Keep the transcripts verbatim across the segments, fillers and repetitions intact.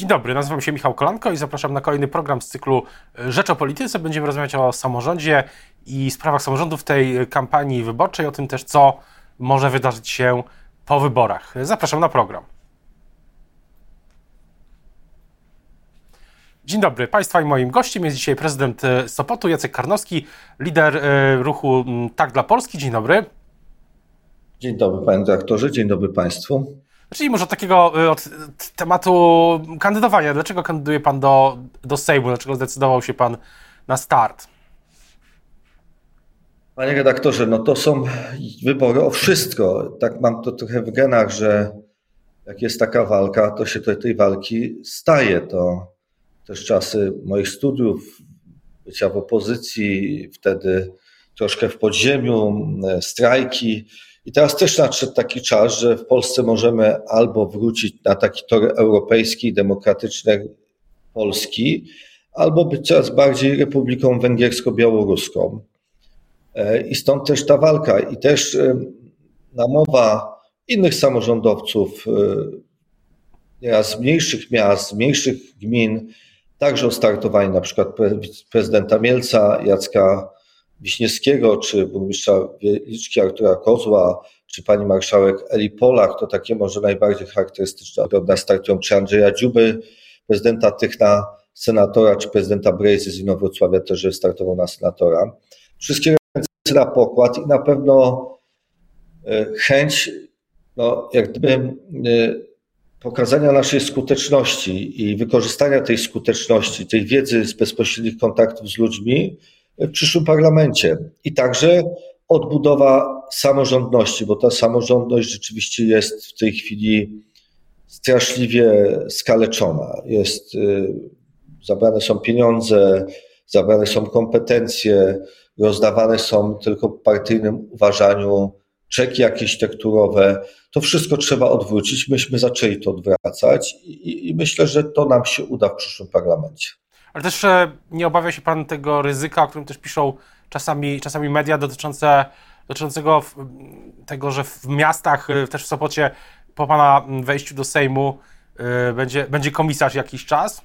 Dzień dobry, nazywam się Michał Kolanko i zapraszam na kolejny program z cyklu Rzecz o Polityce. Będziemy rozmawiać o samorządzie i sprawach samorządu w tej kampanii wyborczej, o tym też, co może wydarzyć się po wyborach. Zapraszam na program. Dzień dobry Państwa i moim gościem jest dzisiaj prezydent Sopotu, Jacek Karnowski, lider ruchu Tak dla Polski. Dzień dobry. Dzień dobry panie dyrektorze, dzień dobry Państwu. Zacznijmy może od takiego od tematu kandydowania. Dlaczego kandyduje Pan do, do Sejmu? Dlaczego zdecydował się Pan na start? Panie redaktorze, no to są wybory o wszystko. Tak mam to trochę w genach, że jak jest taka walka, to się do tej walki staje. To też czasy moich studiów, bycia w opozycji, wtedy troszkę w podziemiu, strajki. I teraz też nadszedł taki czas, że w Polsce możemy albo wrócić na taki tor europejski, demokratyczny Polski, albo być coraz bardziej Republiką Węgiersko-Białoruską. I stąd też ta walka. I też namowa innych samorządowców, nieraz z mniejszych miast, z mniejszych gmin, także o startowanie na przykład prezydenta Mielca, Jacka Wiśniewskiego, czy burmistrza Wieliczki Artura Kozła, czy pani marszałek Eli Polak, to takie może najbardziej charakterystyczne. Prawda, startują czy Andrzeja Dziuby, prezydenta Tychna, senatora, czy prezydenta Brejzy z Inowrocławia też startował na senatora. Wszystkie ręce na pokład i na pewno chęć, no, jak gdyby pokazania naszej skuteczności i wykorzystania tej skuteczności, tej wiedzy z bezpośrednich kontaktów z ludźmi w przyszłym parlamencie. I także odbudowa samorządności, bo ta samorządność rzeczywiście jest w tej chwili straszliwie skaleczona. Jest, zabrane są pieniądze, zabrane są kompetencje, rozdawane są tylko w partyjnym uważaniu czeki jakieś tekturowe. To wszystko trzeba odwrócić. Myśmy zaczęli to odwracać i, i myślę, że to nam się uda w przyszłym parlamencie. Ale też nie obawia się Pan tego ryzyka, o którym też piszą czasami, czasami media, dotyczące, dotyczącego tego, że w miastach, też w Sopocie, po Pana wejściu do Sejmu będzie, będzie komisarz jakiś czas?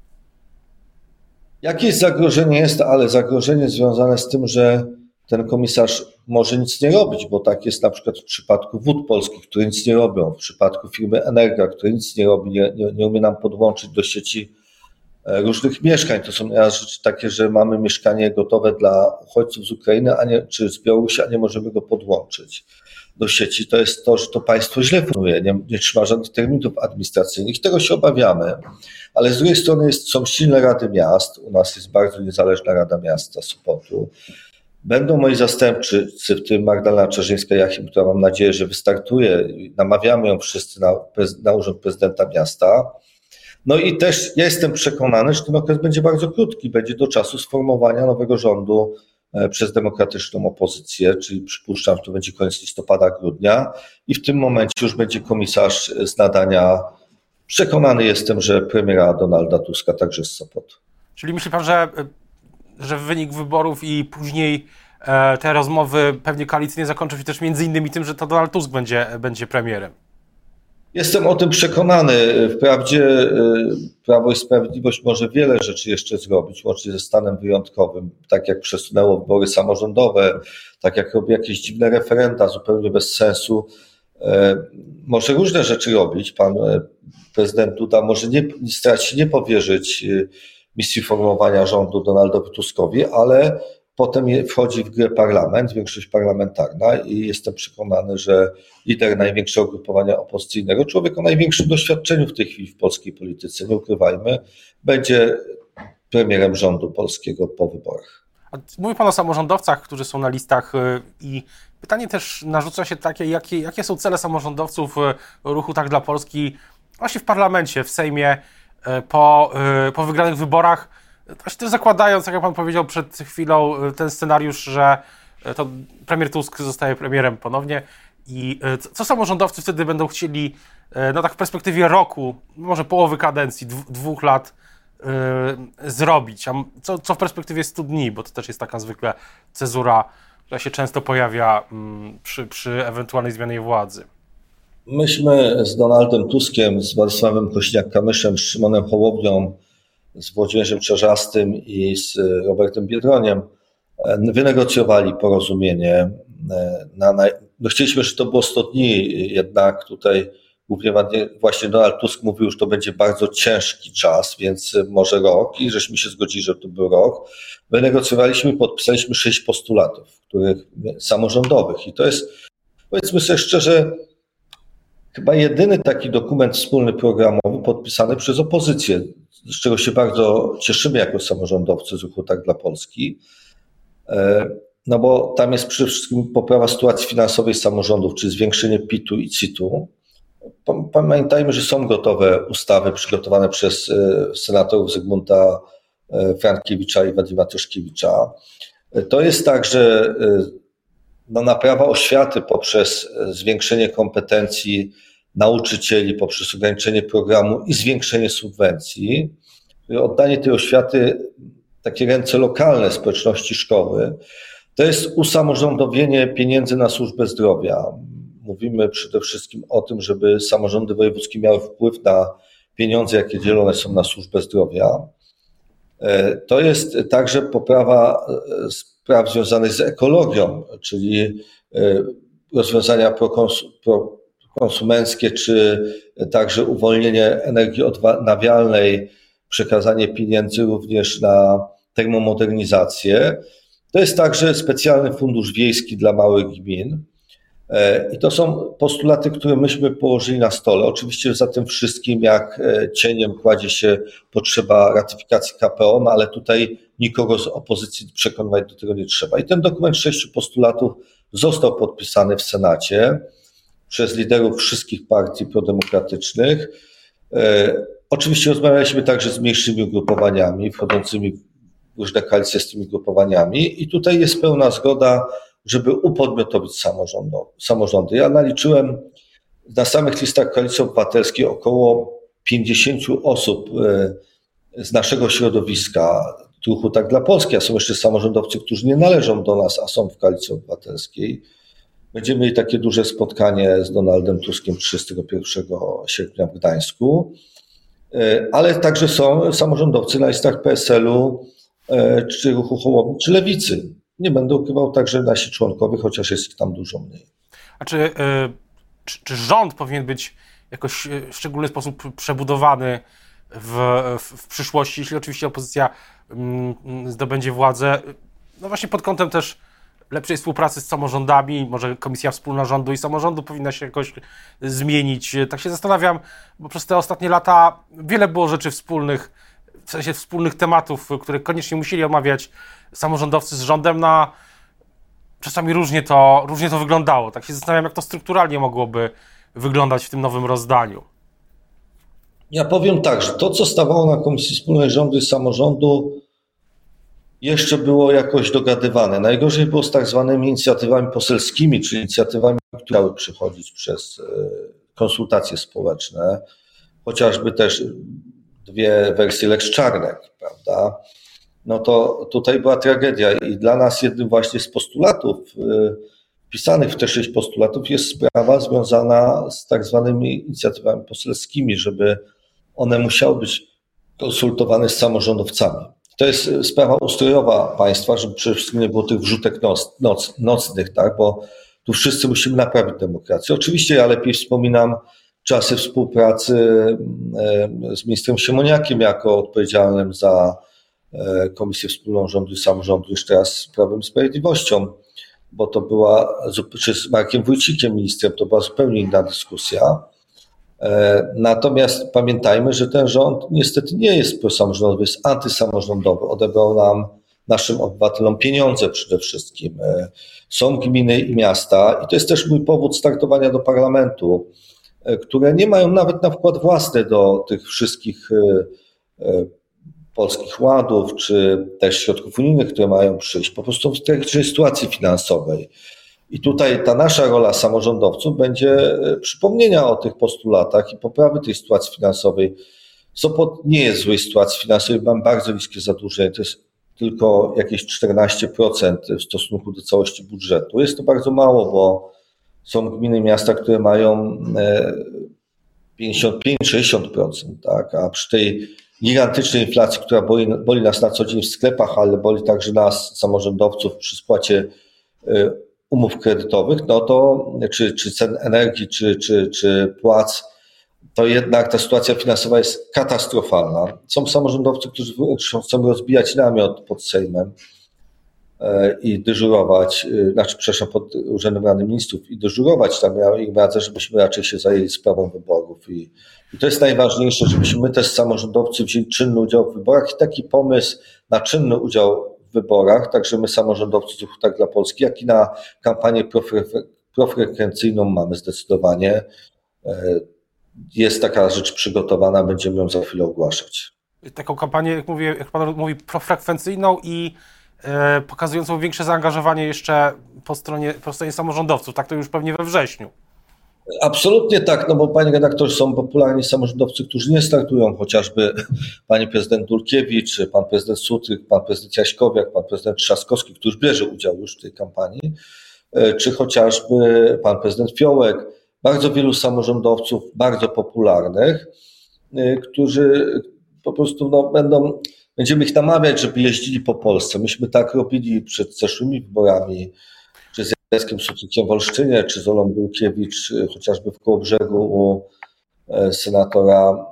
Jakieś zagrożenie jest, ale zagrożenie związane z tym, że ten komisarz może nic nie robić, bo tak jest na przykład w przypadku Wód Polskich, które nic nie robią, w przypadku firmy Energa, która nic nie robi, nie, nie, nie umie nam podłączyć do sieci różnych mieszkań. To są rzeczy takie, że mamy mieszkanie gotowe dla uchodźców z Ukrainy, a nie, czy z Białorusi, a nie możemy go podłączyć do sieci. To jest to, że to państwo źle funkcjonuje, nie, nie trzyma żadnych terminów administracyjnych. Tego się obawiamy, ale z drugiej strony jest, są silne rady miast. U nas jest bardzo niezależna Rada Miasta Sopotu. Będą moi zastępcy, w tym Magdalena Czerzyńska-Jachim, która mam nadzieję, że wystartuje. Namawiamy ją wszyscy na, na urząd prezydenta miasta. No i też ja jestem przekonany, że ten okres będzie bardzo krótki, będzie do czasu sformowania nowego rządu przez demokratyczną opozycję, czyli przypuszczam, że to będzie koniec listopada, grudnia i w tym momencie już będzie komisarz z nadania. Przekonany jestem, że premiera Donalda Tuska także z Sopotu. Czyli myśli Pan, że, że wynik wyborów i później te rozmowy pewnie koalicyjnie zakończą się też między innymi tym, że to Donald Tusk będzie, będzie premierem? Jestem o tym przekonany. Wprawdzie Prawo i Sprawiedliwość może wiele rzeczy jeszcze zrobić, łącznie ze stanem wyjątkowym, tak jak przesunęło wybory samorządowe, tak jak robi jakieś dziwne referenda zupełnie bez sensu. Może różne rzeczy robić. Pan prezydent Duda może nie, starać się nie powierzyć misji formowania rządu Donaldowi Tuskowi, ale potem wchodzi w grę parlament, większość parlamentarna i jestem przekonany, że lider największego ugrupowania opozycyjnego, człowiek o największym doświadczeniu w tej chwili w polskiej polityce, nie ukrywajmy, będzie premierem rządu polskiego po wyborach. A mówi Pan o samorządowcach, którzy są na listach i pytanie też narzuca się takie, jakie, jakie są cele samorządowców ruchu Tak dla Polski właśnie w parlamencie, w Sejmie po, po wygranych wyborach. Właśnie też zakładając, jak Pan powiedział przed chwilą, ten scenariusz, że to premier Tusk zostaje premierem ponownie i co samorządowcy wtedy będą chcieli, no tak w perspektywie roku, może połowy kadencji, dwóch lat yy, zrobić, a co, co w perspektywie stu dni, bo to też jest taka zwykle cezura, która się często pojawia yy, przy, przy ewentualnej zmianie władzy. Myśmy z Donaldem Tuskiem, z Władysławem Kośniak-Kamyszem, z Szymonem Hołownią, z Włodzimierzem Czarzastym i z Robertem Biedroniem wynegocjowali porozumienie. Na, na, no chcieliśmy, żeby to było sto dni, jednak tutaj głównie właśnie Donald Tusk mówił, że to będzie bardzo ciężki czas, więc może rok i żeśmy się zgodzili, że to był rok. Wynegocjowaliśmy, podpisaliśmy sześć postulatów, których samorządowych i to jest, powiedzmy sobie szczerze, chyba jedyny taki dokument wspólny programowy podpisany przez opozycję, z czego się bardzo cieszymy jako samorządowcy z Ruchu Tak dla Polski. No bo tam jest przede wszystkim poprawa sytuacji finansowej samorządów, czyli zwiększenie P I T-u i C I T-u. Pamiętajmy, że są gotowe ustawy przygotowane przez senatorów Zygmunta Frankiewicza i Wadima Tyszkiewicza. To jest tak, że no, naprawa oświaty poprzez zwiększenie kompetencji nauczycieli, poprzez ograniczenie programu i zwiększenie subwencji, oddanie tej oświaty takie ręce lokalne społeczności szkoły, to jest usamorządowienie pieniędzy na służbę zdrowia. Mówimy przede wszystkim o tym, żeby samorządy wojewódzkie miały wpływ na pieniądze, jakie dzielone są na służbę zdrowia. To jest także poprawa spraw związanych z ekologią, czyli rozwiązania prokonsumenckie, czy także uwolnienie energii odnawialnej, przekazanie pieniędzy również na termomodernizację. To jest także specjalny fundusz wiejski dla małych gmin. I to są postulaty, które myśmy położyli na stole. Oczywiście za tym wszystkim jak cieniem kładzie się potrzeba ratyfikacji K P O, no ale tutaj nikogo z opozycji przekonywać do tego nie trzeba. I ten dokument sześciu postulatów został podpisany w Senacie przez liderów wszystkich partii prodemokratycznych. Oczywiście rozmawialiśmy także z mniejszymi ugrupowaniami, wchodzącymi w różne koalicje z tymi ugrupowaniami i tutaj jest pełna zgoda, żeby upodmiotowić samorządy. Ja naliczyłem na samych listach Koalicji Obywatelskiej około pięćdziesięciu osób z naszego środowiska, Ruchu Tak dla Polski, a są jeszcze samorządowcy, którzy nie należą do nas, a są w Koalicji Obywatelskiej. Będziemy mieli takie duże spotkanie z Donaldem Tuskiem trzydziestego pierwszego sierpnia w Gdańsku, ale także są samorządowcy na listach P S L-u, czy Ruchu Hołowni, czy Lewicy. Nie będę ukrywał także nasi członkowie, chociaż jest ich tam dużo mniej. A czy, czy, czy rząd powinien być jakoś w szczególny sposób przebudowany w, w, w przyszłości, jeśli oczywiście opozycja zdobędzie władzę? No właśnie pod kątem też lepszej współpracy z samorządami, może Komisja Wspólna Rządu i Samorządu powinna się jakoś zmienić. Tak się zastanawiam, bo przez te ostatnie lata wiele było rzeczy wspólnych, w sensie wspólnych tematów, które koniecznie musieli omawiać samorządowcy z rządem, na czasami różnie to, różnie to wyglądało. Tak się zastanawiam, jak to strukturalnie mogłoby wyglądać w tym nowym rozdaniu. Ja powiem tak, że to, co stawało na Komisji Wspólnej Rządu i Samorządu, jeszcze było jakoś dogadywane. Najgorzej było z tak zwanymi inicjatywami poselskimi, czyli inicjatywami, które miały przychodzić przez konsultacje społeczne, chociażby też dwie wersje Lex Czarnek, prawda? No to tutaj była tragedia i dla nas jednym właśnie z postulatów, wpisanych w te sześć postulatów jest sprawa związana z tak zwanymi inicjatywami poselskimi, żeby one musiały być konsultowane z samorządowcami. To jest sprawa ustrojowa państwa, żeby przede wszystkim nie było tych wrzutek noc, noc, nocnych, tak? Bo tu wszyscy musimy naprawić demokrację. Oczywiście ja lepiej wspominam czasy współpracy z ministrem Siemoniakiem jako odpowiedzialnym za Komisję Wspólną Rządu i Samorządu, jeszcze raz z Prawem i Sprawiedliwością, bo to była, czy z Markiem Wójcikiem ministrem, to była zupełnie inna dyskusja. Natomiast pamiętajmy, że ten rząd niestety nie jest prosamorządowy, jest antysamorządowy. Odebrał nam, naszym obywatelom pieniądze przede wszystkim. Są gminy i miasta i to jest też mój powód startowania do parlamentu, które nie mają nawet na wkład własny do tych wszystkich polskich ładów, czy też środków unijnych, które mają przyjść, po prostu w tragicznej sytuacji finansowej. I tutaj ta nasza rola samorządowców będzie przypomnienia o tych postulatach i poprawy tej sytuacji finansowej. Sopot nie jest w złej sytuacji finansowej, mam bardzo niskie zadłużenie, to jest tylko jakieś czternaście procent w stosunku do całości budżetu. Jest to bardzo mało, bo Są gminy, miasta, które mają pięćdziesiąt pięć do sześćdziesięciu procent, tak? A przy tej gigantycznej inflacji, która boli, boli nas na co dzień w sklepach, ale boli także nas, samorządowców, przy spłacie umów kredytowych, no to czy, czy cen energii, czy, czy, czy płac, to jednak ta sytuacja finansowa jest katastrofalna. Są samorządowcy, którzy chcą rozbijać namiot pod Sejmem i dyżurować, znaczy przepraszam, pod Urzędem Rady Ministrów i dyżurować tam. Ja im radzę, żebyśmy raczej się zajęli sprawą wyborów. I, I to jest najważniejsze, żebyśmy my też samorządowcy wzięli czynny udział w wyborach i taki pomysł na czynny udział w wyborach, także my samorządowcy z Ruchu Tak dla Polski, jak i na kampanię profre- profrekwencyjną mamy zdecydowanie. Jest taka rzecz przygotowana, będziemy ją za chwilę ogłaszać. Taką kampanię, jak, mówię, jak pan mówi, profrekwencyjną i e, pokazującą większe zaangażowanie jeszcze po stronie, po stronie samorządowców. Tak to już pewnie we wrześniu. Absolutnie tak, no bo panie redaktorze, są popularni samorządowcy, którzy nie startują, chociażby pani prezydent Dulkiewicz, pan prezydent Sutryk, pan prezydent Jaśkowiak, pan prezydent Trzaskowski, który bierze udział już w tej kampanii, czy chociażby pan prezydent Fiołek. Bardzo wielu samorządowców, bardzo popularnych, którzy po prostu no, będą, będziemy ich namawiać, żeby jeździli po Polsce. Myśmy tak robili przed zeszłymi wyborami, czy z Jackiem Sutrykiem w Olsztynie, czy z Olą Dulkiewicz, chociażby w Kołobrzegu u senatora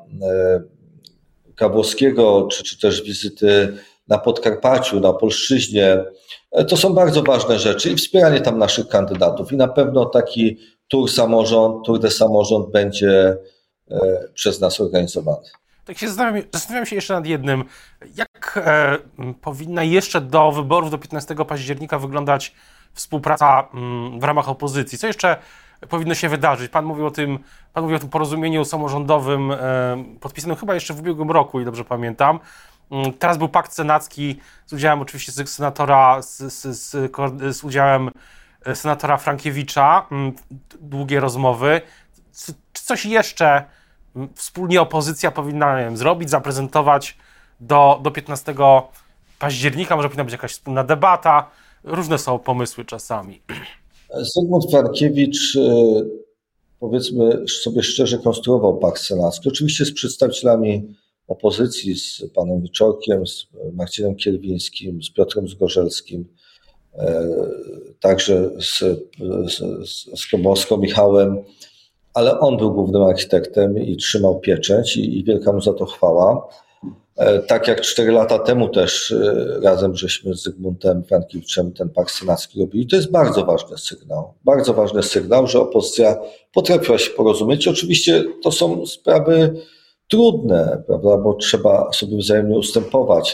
Gawłowskiego, czy, czy też wizyty na Podkarpaciu, na Polszczyźnie. To są bardzo ważne rzeczy i wspieranie tam naszych kandydatów. I na pewno taki Tour samorząd, Tour de Samorząd będzie e, przez nas organizowany. Tak się zastanawiam, zastanawiam się jeszcze nad jednym. Jak e, powinna jeszcze do wyborów do piętnastego października wyglądać współpraca m, w ramach opozycji? Co jeszcze powinno się wydarzyć? Pan mówił o tym, pan mówił o tym porozumieniu samorządowym e, podpisanym chyba jeszcze w ubiegłym roku, ile dobrze pamiętam. Teraz był pakt senacki z udziałem oczywiście z senatora, z, z, z, z udziałem senatora Frankiewicza, długie rozmowy. Czy coś jeszcze wspólnie opozycja powinna, nie wiem, zrobić, zaprezentować do, do piętnastego października? Może powinna być jakaś wspólna debata? Różne są pomysły czasami. Zygmunt Frankiewicz, powiedzmy sobie szczerze, konstruował pakt senacki. Oczywiście z przedstawicielami opozycji, z panem Wieczorkiem, z Marcinem Kierwińskim, z Piotrem Zgorzelskim, także z, z, z Komorsko Michałem, ale on był głównym architektem i trzymał pieczęć i, i wielka mu za to chwała. Tak jak cztery lata temu też razem żeśmy z Zygmuntem Frankiewiczem ten pakt senacki robili. To jest bardzo ważny sygnał. Bardzo ważny sygnał, że opozycja potrafiła się porozumieć. Oczywiście to są sprawy trudne, prawda, bo trzeba sobie wzajemnie ustępować.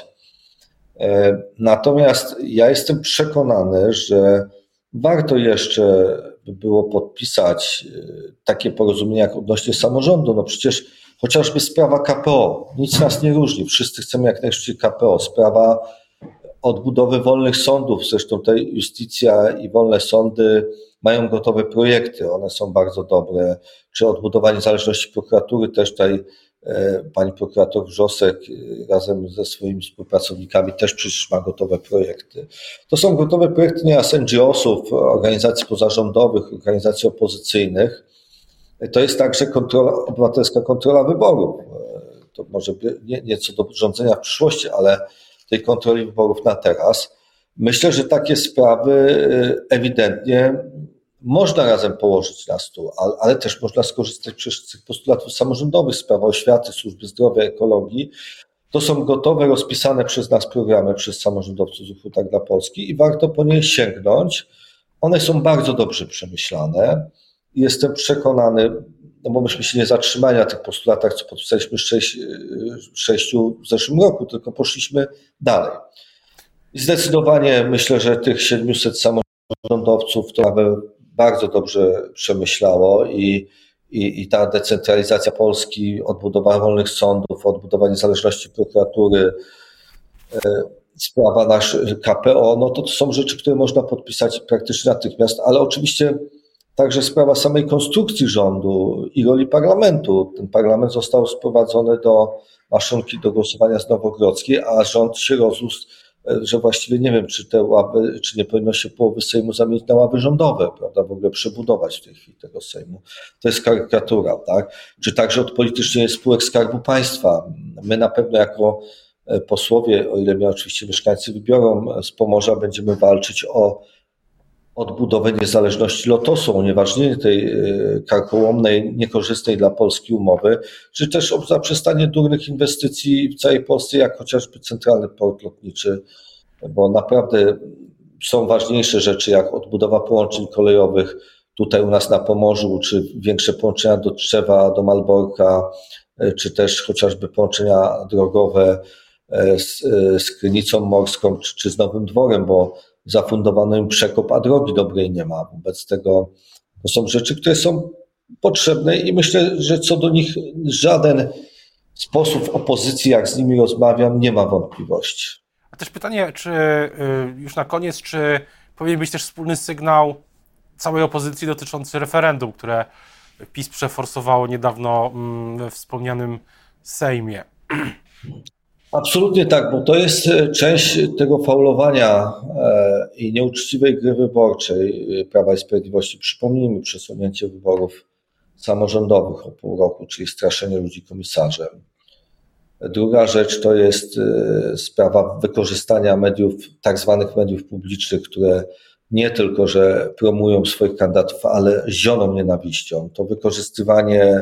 Natomiast ja jestem przekonany, że warto jeszcze by było podpisać takie porozumienia jak odnośnie samorządu. No przecież chociażby sprawa K P O, nic nas nie różni, wszyscy chcemy jak najszybciej K P O. Sprawa odbudowy wolnych sądów, zresztą tutaj Justicja i wolne sądy mają gotowe projekty, one są bardzo dobre, czy odbudowanie niezależności prokuratury, też tutaj pani prokurator Wrzosek razem ze swoimi współpracownikami też przecież ma gotowe projekty. To są gotowe projekty nieraz N G O sów, organizacji pozarządowych, organizacji opozycyjnych. To jest także kontrola, obywatelska kontrola wyborów. To może nie, nieco do rządzenia w przyszłości, ale tej kontroli wyborów na teraz. Myślę, że takie sprawy ewidentnie można razem położyć na stół, ale też można skorzystać z tych postulatów samorządowych, sprawa oświaty, służby zdrowia, ekologii. To są gotowe, rozpisane przez nas programy, przez samorządowców z Ruchu Tak dla Polski i warto po nie sięgnąć. One są bardzo dobrze przemyślane. Jestem przekonany, no bo myśmy się nie zatrzymali na tych postulatach, co podpisaliśmy sześć, sześciu w zeszłym roku, tylko poszliśmy dalej. I zdecydowanie myślę, że tych siedmiuset samorządowców to nawet bardzo dobrze przemyślało i, i, i ta decentralizacja Polski, odbudowa wolnych sądów, odbudowa niezależności prokuratury, sprawa naszych K P O, no to, to są rzeczy, które można podpisać praktycznie natychmiast, ale oczywiście także sprawa samej konstrukcji rządu i roli parlamentu. Ten parlament został sprowadzony do maszynki do głosowania z Nowogrodzkiej, a rząd się rozrósł że właściwie nie wiem, czy te ławy, czy nie powinno się połowy Sejmu zamienić na ławy rządowe, prawda, w ogóle przebudować w tej chwili tego Sejmu. To jest karykatura, tak? Czy także odpolitycznienie spółek Skarbu Państwa. My na pewno jako posłowie, o ile mnie oczywiście mieszkańcy wybiorą z Pomorza, będziemy walczyć o odbudowę niezależności Lotosu, o unieważnienie tej karkołomnej, niekorzystnej dla Polski umowy, czy też o zaprzestanie durnych inwestycji w całej Polsce, jak chociażby Centralny Port Lotniczy, bo naprawdę są ważniejsze rzeczy, jak odbudowa połączeń kolejowych tutaj u nas na Pomorzu, czy większe połączenia do Tczewa, do Malborka, czy też chociażby połączenia drogowe z, z Krynicą Morską, czy, czy z Nowym Dworem, bo zafundowano im przekop, a drogi dobrej nie ma. Wobec tego to są rzeczy, które są potrzebne i myślę, że co do nich żaden z posłów opozycji, jak z nimi rozmawiam, nie ma wątpliwości. A też pytanie, czy już na koniec, czy powinien być też wspólny sygnał całej opozycji dotyczący referendum, które PiS przeforsowało niedawno we wspomnianym Sejmie? Absolutnie tak, bo to jest część tego faulowania i nieuczciwej gry wyborczej Prawa i Sprawiedliwości. Przypomnijmy przesunięcie wyborów samorządowych o pół roku, czyli straszenie ludzi komisarzem. Druga rzecz to jest sprawa wykorzystania mediów, tak zwanych mediów publicznych, które nie tylko, że promują swoich kandydatów, ale zioną nienawiścią. To wykorzystywanie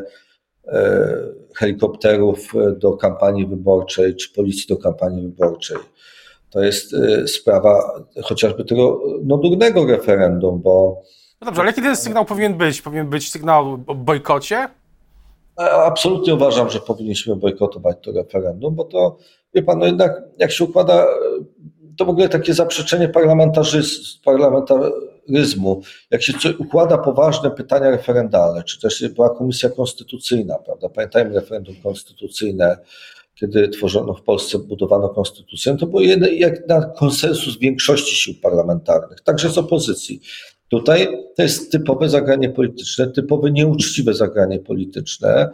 helikopterów do kampanii wyborczej, czy policji do kampanii wyborczej. To jest sprawa chociażby tego no, durnego referendum, bo... No dobrze, ale jaki ten sygnał powinien być? Powinien być sygnał o bojkocie? Absolutnie uważam, że powinniśmy bojkotować to referendum, bo to, wie pan, no jednak jak się układa, to w ogóle takie zaprzeczenie parlamentaryzmu, jak się układa poważne pytania referendalne, czy też była komisja konstytucyjna, prawda? Pamiętajmy referendum konstytucyjne, kiedy tworzono w Polsce, budowano konstytucję, to było jak na konsensus większości sił parlamentarnych, także z opozycji. Tutaj to jest typowe zagranie polityczne, typowe nieuczciwe zagranie polityczne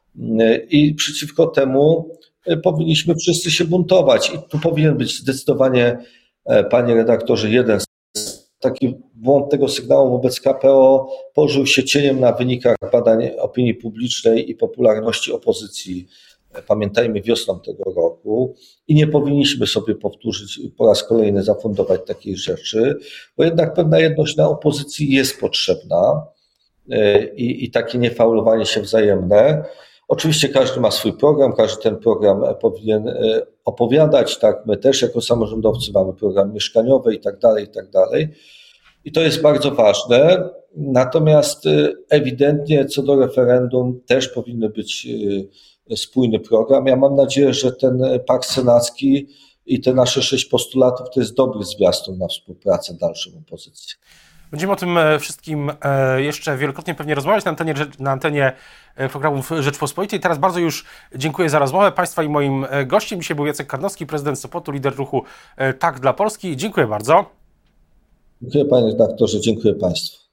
i przeciwko temu powinniśmy wszyscy się buntować. I tu powinien być zdecydowanie, panie redaktorze, jeden taki błąd tego sygnału wobec K P O położył się cieniem na wynikach badań opinii publicznej i popularności opozycji. Pamiętajmy, wiosną tego roku i nie powinniśmy sobie powtórzyć po raz kolejny zafundować takiej rzeczy, bo jednak pewna jedność na opozycji jest potrzebna i, i takie niefaulowanie się wzajemne. Oczywiście każdy ma swój program, każdy ten program powinien opowiadać, tak, my też jako samorządowcy mamy program mieszkaniowy i tak dalej, i tak dalej. I to jest bardzo ważne, natomiast ewidentnie co do referendum też powinny być spójny program. Ja mam nadzieję, że ten pakt senacki i te nasze sześć postulatów to jest dobry zwiastun na współpracę dalszą opozycji. Będziemy o tym wszystkim jeszcze wielokrotnie pewnie rozmawiać na antenie, na antenie programów Rzeczpospolitej. Teraz bardzo już dziękuję za rozmowę Państwa i moim gościem. Dzisiaj był Jacek Karnowski, prezydent Sopotu, lider ruchu Tak dla Polski. Dziękuję bardzo. Dziękuję panie redaktorze, dziękuję Państwu.